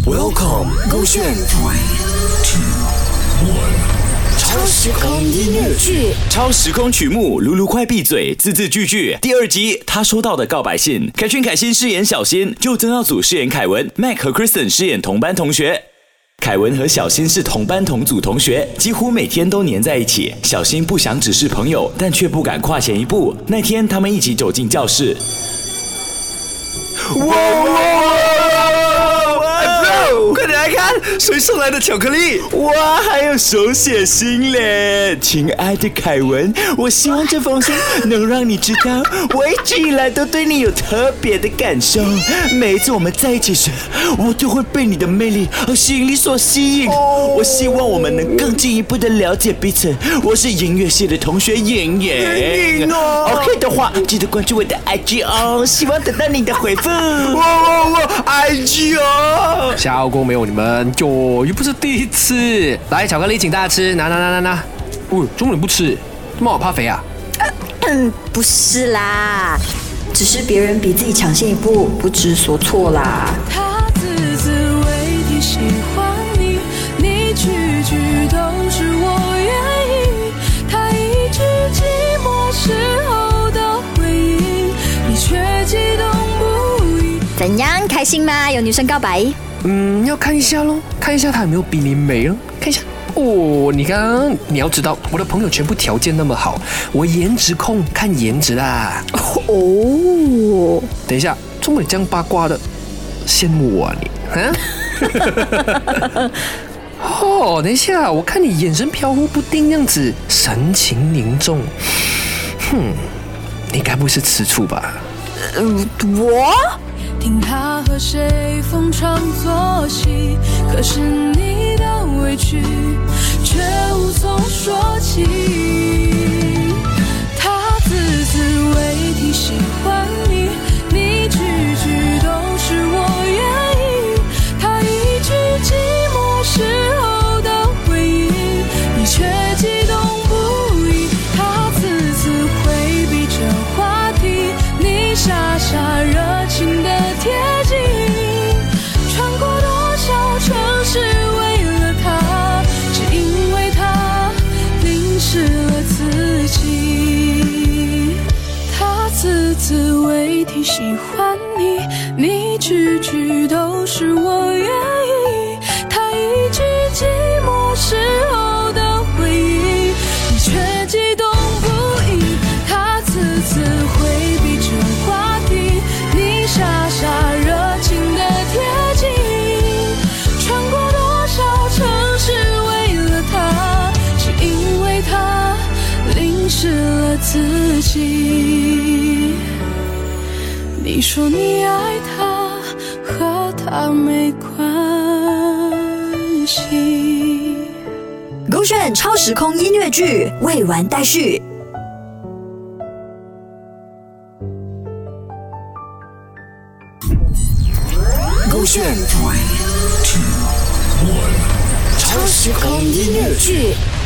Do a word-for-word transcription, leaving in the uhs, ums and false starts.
Welcome， 勾选。超时空音乐剧， 超时空曲目，噜噜快闭嘴，字字句句。第二集，他收到的告白信。凯旋、凯欣饰演小新，就曾耀祖饰演凯文 ，Mac 和 Kristen 饰演同班同学。凯文和小新是同班同组同学，几乎每天都黏在一起。小新不想只是朋友，但却不敢跨前一步。那天，他们一起走进教室。哇哇！快点来看，谁送来的巧克力？哇，还有手写信嘞！亲爱的凯文，我希望这封信能让你知道，我一直以来都对你有特别的感受。每一次我们在一起时，我就会被你的魅力和吸引力所吸引。我希望我们能更进一步的了解彼此。我是音乐系的同学妍妍。OK 的话，记得关注我的 I G 哦，希望得到你的回复。哇哇哇 ！I G 哦。 效果没有你们哟，又不是第一次。来，巧克力请大家吃，拿拿拿拿拿。哦，中午你不吃，这么我怕肥啊？ 嗯，不是啦，只是别人比自己抢先一步，不知所措啦。 他字字未提喜欢你，你句句都是我愿意。他一句寂寞时候的回应，你却激动不已。 怎样，开心吗？有女生告白？ 嗯，要看一下咯，看一下她有没有比你美咯，看一下。哦，你看，你要知道，我的朋友全部条件那么好，我颜值控，看颜值啦。 哦， 等一下，这么你这样八卦的，羡慕我啊你？啊？哦，等一下，我看你眼神飘忽不定，样子神情凝重。哼，你该不会是吃醋吧？ 呃，我。 听他和谁逢场作戏，可是你的委屈却无从说起。他字字未提喜欢你，你句句都是我愿意。他一句寂寞时候的回应，你却激动不已。他字字回避这话题，你傻傻热情的贴近，穿过多少城市为了他，只因为他淋湿了自己。他字字未提喜欢你，你句句都是我愿意。他一句寂寞时候的回应，你却激动不已。他字字回避这话题，你傻傻热情的贴近，穿过多少城市为了他，只因为他淋湿了自己。你说你爱他，和他没关系。 勾选超时空音乐剧未完待续。 勾选。超时空音乐剧。